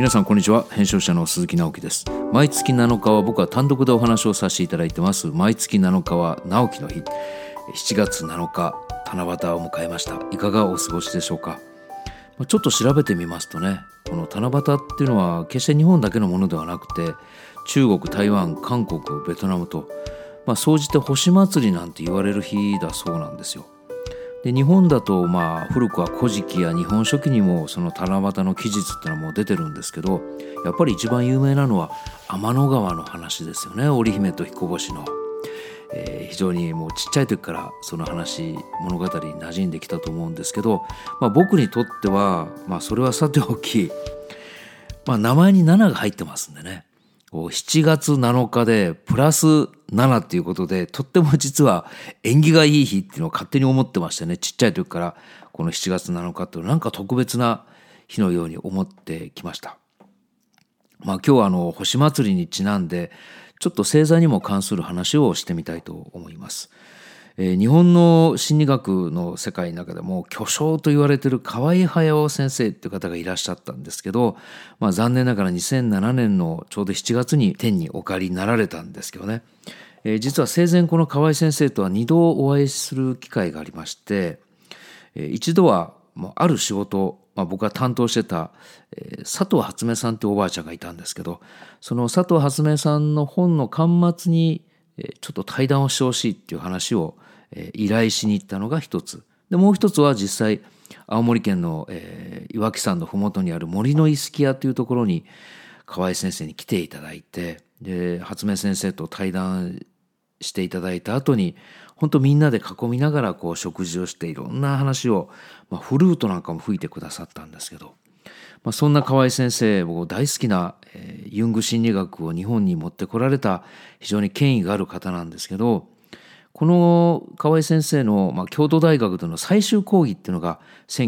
皆さんこんにちは。編集者の鈴木直樹です。毎月7日は僕は単独でお話をさせていただいてます。毎月7日は直樹の日。7月7日七夕を迎えました。いかがお過ごしでしょうか。ちょっと調べてみますとね、この七夕っていうのは決して日本だけのものではなくて、中国、台湾、韓国、ベトナムと、総じて星祭りなんて言われる日だそうなんですよ。で、日本だと古くは古事記や日本書紀にもその七夕の記述ってのはもう出てるんですけど、やっぱり一番有名なのは天の川の話ですよね。織姫と彦星の、非常にもうちっちゃい時からその話物語に馴染んできたと思うんですけど、僕にとってはそれはさておき、名前に7が入ってますんでね、7月7日でプラス7っていうことで、とっても実は縁起がいい日っていうのを勝手に思ってましてね、ちっちゃい時からこの7月7日っていうのはなんか特別な日のように思ってきました。今日は星祭りにちなんでちょっと星座にも関する話をしてみたいと思います。日本の心理学の世界の中でも巨匠と言われている河合駿先生っていう方がいらっしゃったんですけど、残念ながら2007年のちょうど7月に天にお帰りになられたんですけどね、実は生前この河合先生とは2度お会いする機会がありまして、一度はある仕事、僕が担当してた、佐藤初音さんっておばあちゃんがいたんですけど、その佐藤初音さんの本の巻末にちょっと対談をしてほしいっていう話を依頼しに行ったのが一つで、もう一つは実際青森県の岩木山のふもとにある森のイスキ屋というところに河合先生に来ていただいて、で初音先生と対談していただいた後に本当みんなで囲みながら食事をしていろんな話を、フルートなんかも吹いてくださったんですけど、そんな河合先生、僕大好きな、ユング心理学を日本に持ってこられた非常に権威がある方なんですけど、この河合先生の、京都大学での最終講義っていうのが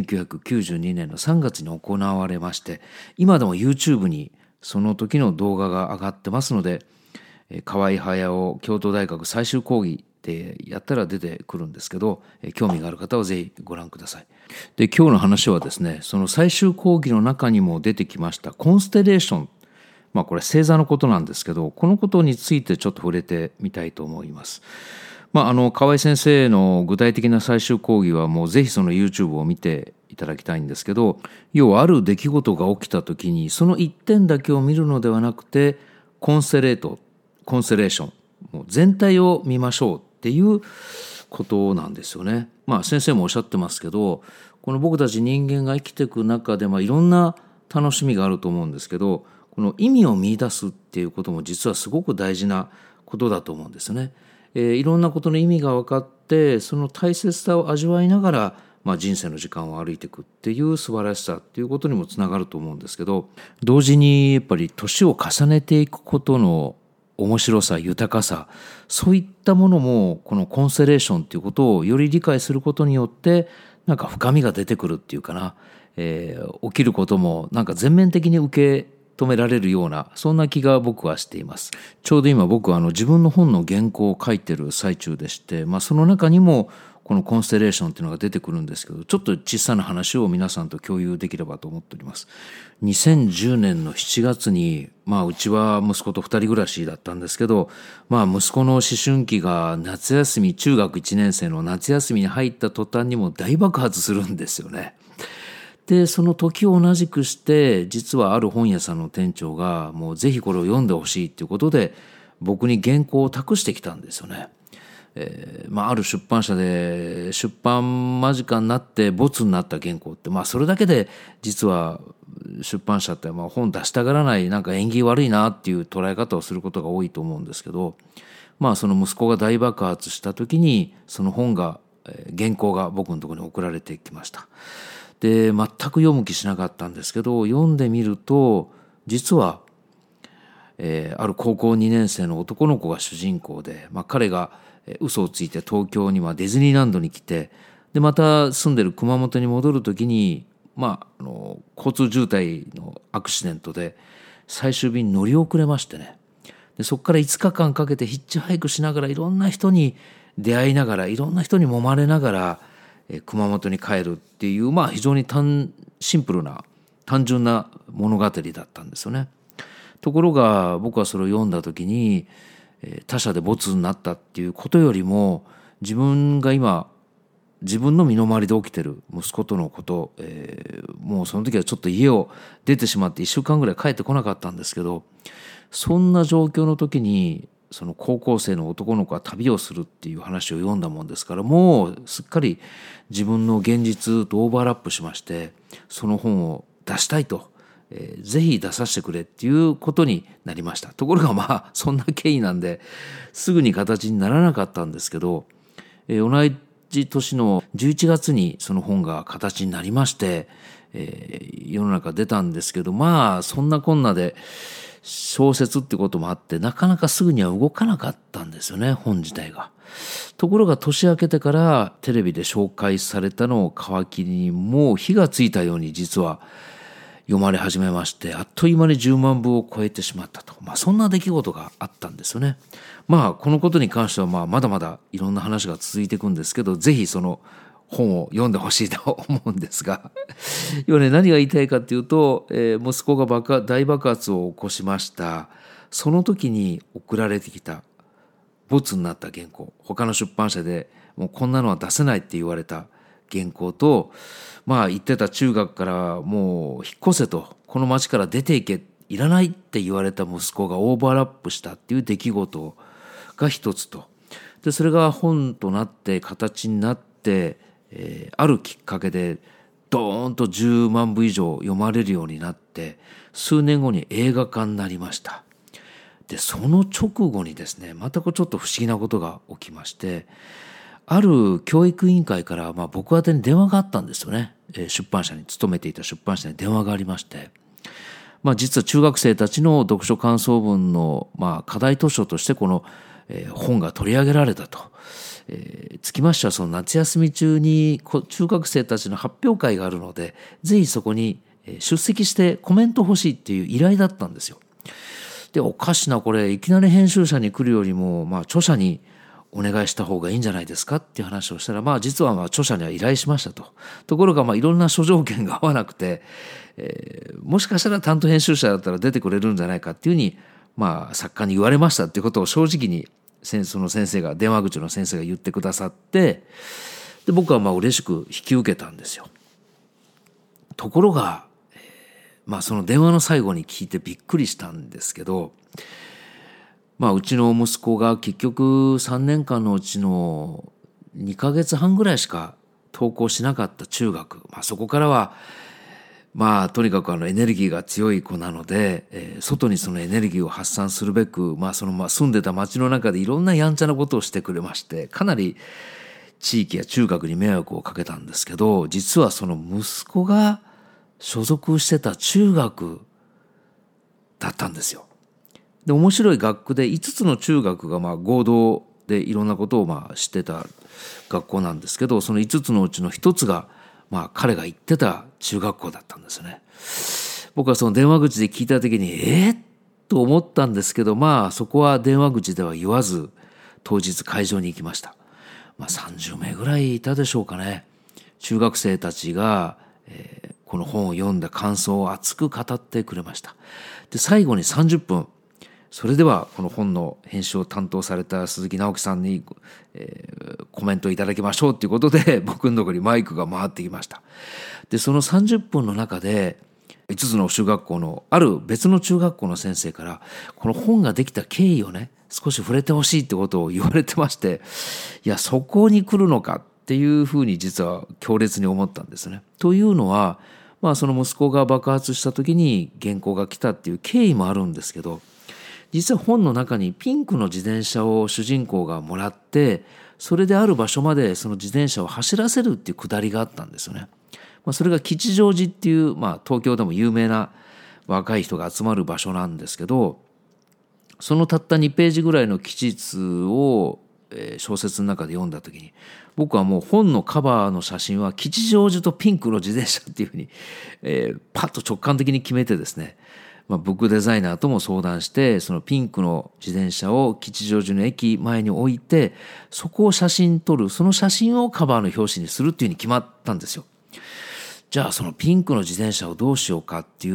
1992年の3月に行われまして、今でも YouTube にその時の動画が上がってますので、河合駿京都大学最終講義でやったら出てくるんですけど、興味がある方はぜひご覧ください。で、今日の話はですね、その最終講義の中にも出てきましたコンステレーション、これ星座のことなんですけど、このことについてちょっと触れてみたいと思います。河合先生の具体的な最終講義はもうぜひその YouTube を見ていただきたいんですけど、要はある出来事が起きた時にその一点だけを見るのではなくて、コンステレーション、もう全体を見ましょうっていうことなんですよね。先生もおっしゃってますけど、この僕たち人間が生きていく中でいろんな楽しみがあると思うんですけど、この意味を見出すっていうことも実はすごく大事なことだと思うんですね。いろんなことの意味が分かって、その大切さを味わいながら、人生の時間を歩いていくっていう素晴らしさっていうことにもつながると思うんですけど、同時にやっぱり年を重ねていくことの面白さ、豊かさ、そういったものもこのコンステレーションっていうことをより理解することによってなんか深みが出てくるっていうかな、起きることもなんか全面的に受け止められるような、そんな気が僕はしています。ちょうど今僕は自分の本の原稿を書いてる最中でして、その中にもこのコンステレーションっていうのが出てくるんですけど、ちょっと小さな話を皆さんと共有できればと思っております。2010年の7月に、うちは息子と2人暮らしだったんですけど、息子の思春期が夏休み、中学1年生の夏休みに入った途端にも大爆発するんですよね。で、その時を同じくして、実はある本屋さんの店長がもうぜひこれを読んでほしいということで僕に原稿を託してきたんですよね。ある出版社で出版間近になってボツになった原稿って、それだけで実は出版社って本出したがらない、なんか縁起悪いなっていう捉え方をすることが多いと思うんですけど、その息子が大爆発した時にその原稿が僕のところに送られてきました。で、全く読む気しなかったんですけど、読んでみると実は、ある高校2年生の男の子が主人公で、彼が嘘をついて東京にディズニーランドに来て、でまた住んでる熊本に戻るときに、交通渋滞のアクシデントで最終便に乗り遅れましてね。でそこから5日間かけてヒッチハイクしながらいろんな人に出会いながら、いろんな人に揉まれながら熊本に帰るっていう、非常にシンプルな単純な物語だったんですよね。ところが僕はそれを読んだ時に、他者でボツになったっていうことよりも、自分が今自分の身の回りで起きてる息子とのこと、もうその時はちょっと家を出てしまって1週間ぐらい帰ってこなかったんですけど、そんな状況の時にその高校生の男の子が旅をするっていう話を読んだもんですから、もうすっかり自分の現実とオーバーラップしまして、その本を出したいと、ぜひ出させてくれっていうことになりました。ところがそんな経緯なんですぐに形にならなかったんですけど、同じ年の11月にその本が形になりまして、世の中出たんですけど、そんなこんなで小説ってこともあってなかなかすぐには動かなかったんですよね、本自体が。ところが年明けてからテレビで紹介されたのを皮切りに、もう火がついたように実は読まれ始めまして、あっという間に10万部を超えてしまったと、そんな出来事があったんですよね。このことに関してはまだまだいろんな話が続いていくんですけど、ぜひその本を読んでほしいと思うんですが要はね、何が言いたいかっていうと、息子が大爆発を起こしました。その時に送られてきたボツになった原稿、他の出版社でもうこんなのは出せないって言われた原稿と、言ってた中学からもう引っ越せと、この町から出ていけ、いらないって言われた息子がオーバーラップしたっていう出来事が一つと、でそれが本となって形になって、あるきっかけでドーンと10万部以上読まれるようになって、数年後に映画化になりました。でその直後にですね、またちょっと不思議なことが起きまして、ある教育委員会から、僕宛てに電話があったんですよね。出版社に勤めていた出版社に電話がありまして、実は中学生たちの読書感想文の、課題図書としてこの、本が取り上げられたと。つきましてはその夏休み中に中学生たちの発表会があるので、ぜひそこに出席してコメント欲しいっていう依頼だったんですよ。でおかしな、これいきなり編集者に来るよりも、著者にお願いした方がいいんじゃないですかっていう話をしたら、実は著者には依頼しましたと。ところがいろんな諸条件が合わなくて、もしかしたら担当編集者だったら出てくれるんじゃないかっていうふうに、作家に言われましたっていうことを正直にその先生が、電話口の先生が言ってくださって、で僕は嬉しく引き受けたんですよ。ところが、その電話の最後に聞いてびっくりしたんですけど、うちの息子が結局3年間のうちの2ヶ月半ぐらいしか登校しなかった中学、そこからはとにかくエネルギーが強い子なので、外にそのエネルギーを発散するべく、その住んでた町の中でいろんなやんちゃなことをしてくれまして、かなり地域や中学に迷惑をかけたんですけど、実はその息子が所属してた中学だったんですよ。で面白い学区で5つの中学が合同でいろんなことをしてた学校なんですけど、その5つのうちの1つが彼が行ってた中学校だったんですね。僕はその電話口で聞いた時にと思ったんですけど、そこは電話口では言わず当日会場に行きました。30名ぐらいいたでしょうかね。中学生たちが、この本を読んだ感想を熱く語ってくれました。で最後に30分、それではこの本の編集を担当された鈴木直樹さんに、コメントをいただきましょうということで、僕のところにマイクが回ってきました。でその30分の中で5つの中学校のある別の中学校の先生から、この本ができた経緯をね少し触れてほしいってことを言われてまして、いやそこに来るのかっていうふうに実は強烈に思ったんですね。というのは、その息子が爆発した時に原稿が来たっていう経緯もあるんですけど、実は本の中にピンクの自転車を主人公がもらって、それである場所までその自転車を走らせるっていうくだりがあったんですよね。それが吉祥寺っていう、東京でも有名な若い人が集まる場所なんですけど、そのたった2ページぐらいの記述を小説の中で読んだ時に、僕はもう本のカバーの写真は吉祥寺とピンクの自転車っていうふうに、パッと直感的に決めてですね、ブックデザイナーとも相談して、そのピンクの自転車を吉祥寺の駅前に置いて、そこを写真撮る、その写真をカバーの表紙にするっていうふうに決まったんですよ。じゃあそのピンクの自転車をどうしようかっていう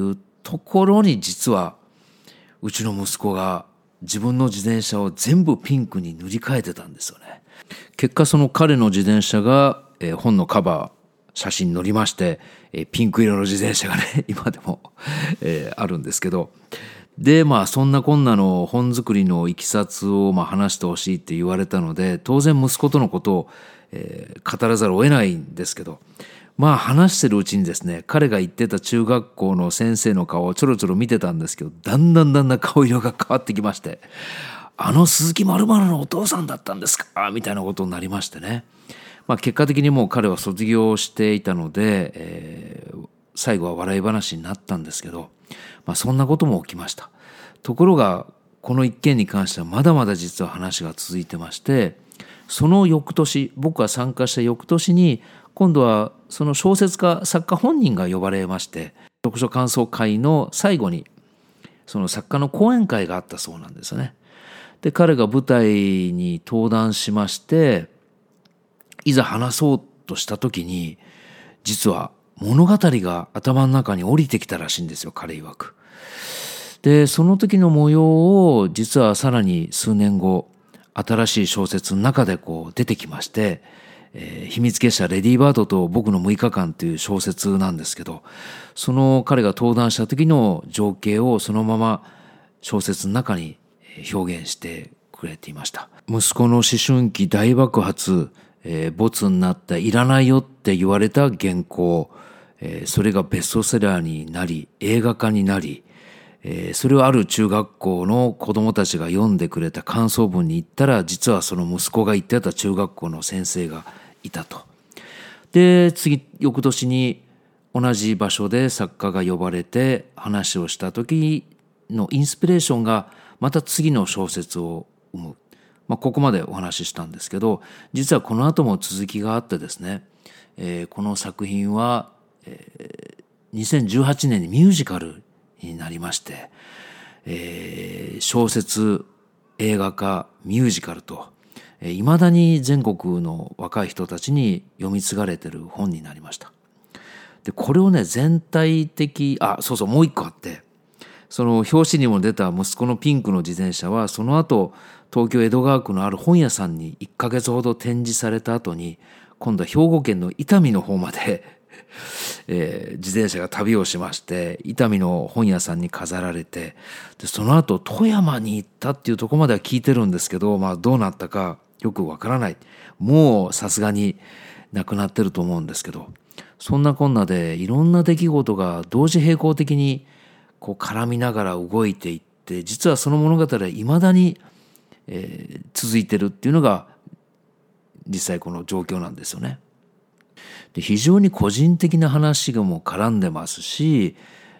ところに実はうちの息子が自分の自転車を全部ピンクに塗り替えてたんですよね。結果その彼の自転車が、本のカバー写真に載りまして、ピンク色の自転車がね今でも、あるんですけど、でそんなこんなの本作りのいきさつを話してほしいって言われたので、当然息子とのことを、語らざるを得ないんですけど、話してるうちにですね、彼が行ってた中学校の先生の顔をちょろちょろ見てたんですけど、だんだん顔色が変わってきまして、鈴木〇〇のお父さんだったんですかみたいなことになりましてね。結果的にもう彼は卒業していたので、最後は笑い話になったんですけど、そんなことも起きました。ところがこの一件に関してはまだまだ実は話が続いてまして、その翌年、僕が参加した翌年に今度はその小説家作家本人が呼ばれまして、読書感想会の最後にその作家の講演会があったそうなんですね。で彼が舞台に登壇しまして、いざ話そうとした時に実は物語が頭の中に降りてきたらしいんですよ、彼曰く。でその時の模様を実はさらに数年後新しい小説の中で出てきまして、秘密結社レディーバードと僕の6日間という小説なんですけど、その彼が登壇した時の情景をそのまま小説の中に表現してくれていました。息子の思春期大爆発、ボツになったいらないよって言われた原稿、それがベストセラーになり映画化になり、それをある中学校の子どもたちが読んでくれた感想文に言ったら、実はその息子が行ってた中学校の先生がいたと。で翌年に同じ場所で作家が呼ばれて話をした時のインスピレーションがまた次の小説を生む。ここまでお話ししたんですけど、実はこの後も続きがあってですね、この作品は、2018年にミュージカルになりまして、小説、映画化、ミュージカルといまだに全国の若い人たちに読み継がれている本になりました。でこれをね全体的そうもう一個あって、その表紙にも出た息子のピンクの自転車はその後東京江戸川区のある本屋さんに1ヶ月ほど展示された後に、今度は兵庫県の伊丹の方まで自転車が旅をしまして、伊丹の本屋さんに飾られて、でその後富山に行ったっていうところまでは聞いてるんですけど、どうなったかよくわからない。もうさすがに亡くなってると思うんですけど、そんなこんなでいろんな出来事が同時並行的に絡みながら動いていって、実はその物語はいまだに、続いてるっていうのが実際この状況なんですよね。で非常に個人的な話がもう絡んでますし、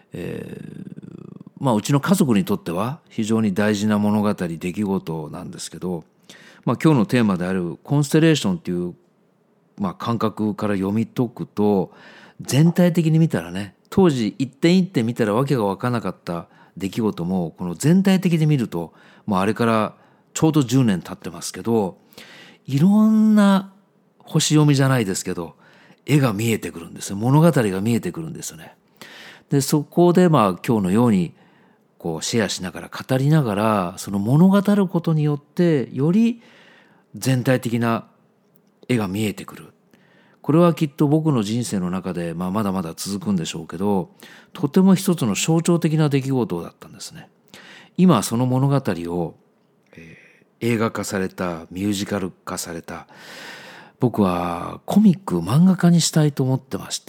うちの家族にとっては非常に大事な物語出来事なんですけど、今日のテーマであるコンステレーションっていう、感覚から読み解くと、全体的に見たらね、当時一点一点見たらわけが分からなかった出来事も、この全体的に見ると、あれからちょうど10年経ってますけど、いろんな星読みじゃないですけど絵が見えてくるんですよ。物語が見えてくるんですよね。でそこで今日のようにシェアしながら語りながら、その物語ることによってより全体的な絵が見えてくる。これはきっと僕の人生の中で、まだまだ続くんでしょうけど、とても一つの象徴的な出来事だったんですね。今その物語を、映画化された、ミュージカル化された、僕はコミック漫画家にしたいと思ってまして、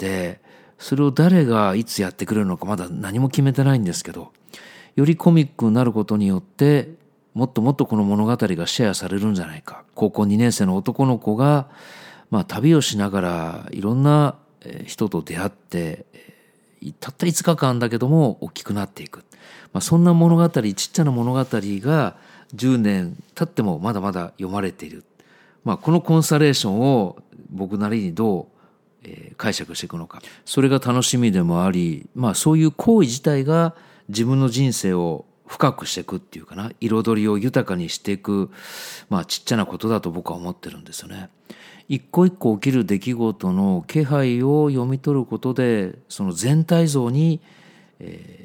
それを誰がいつやってくれるのかまだ何も決めてないんですけど、よりコミックになることによってもっともっとこの物語がシェアされるんじゃないか。高校2年生の男の子が、旅をしながらいろんな人と出会って、たった5日間だけども大きくなっていく、そんな物語、ちっちゃな物語が10年経ってもまだまだ読まれている。このコンスタレーションを僕なりにどう解釈していくのか、それが楽しみでもあり、そういう行為自体が自分の人生を深くしていくっていうかな、彩りを豊かにしていく、ちっちゃなことだと僕は思ってるんですよね。一個一個起きる出来事の気配を読み取ることで、その全体像に、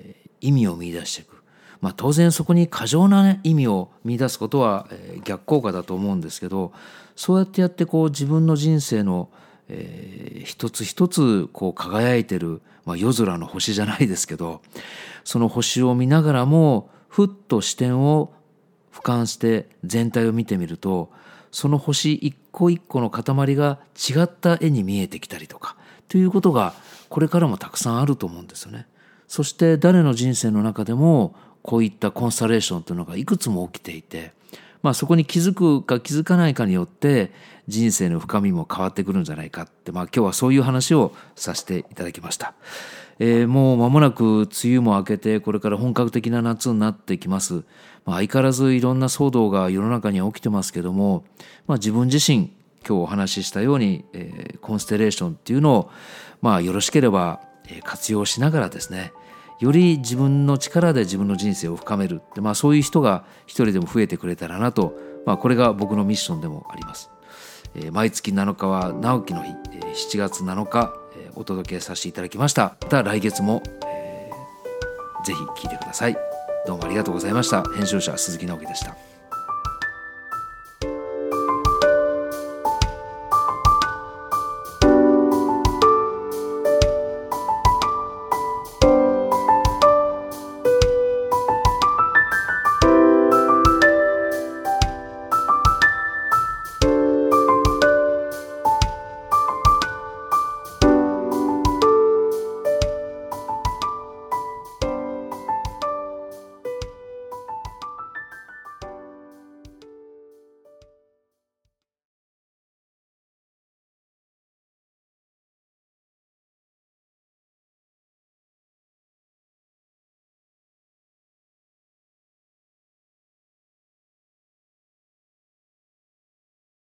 意味を見出していく。当然そこに過剰な、意味を見出すことは、逆効果だと思うんですけど、そうやって自分の人生の、一つ一つ輝いてる、夜空の星じゃないですけど、その星を見ながらもふっと視点を俯瞰して全体を見てみると、その星一個一個の塊が違った絵に見えてきたりとかということがこれからもたくさんあると思うんですよね。そして誰の人生の中でもこういったコンスタレーションというのがいくつも起きていて、そこに気づくか気づかないかによって人生の深みも変わってくるんじゃないかって、今日はそういう話をさせていただきました。もう間もなく梅雨も明けて、これから本格的な夏になってきます。相変わらずいろんな騒動が世の中には起きてますけども、自分自身今日お話ししたように、コンステレーションっていうのをよろしければ活用しながらですね、より自分の力で自分の人生を深めるって、そういう人が一人でも増えてくれたらなと、これが僕のミッションでもあります。毎月7日は直樹の日、7月7日、お届けさせていただきました。また来月も、ぜひ聞いてください。どうもありがとうございました。編集者鈴木直樹でした。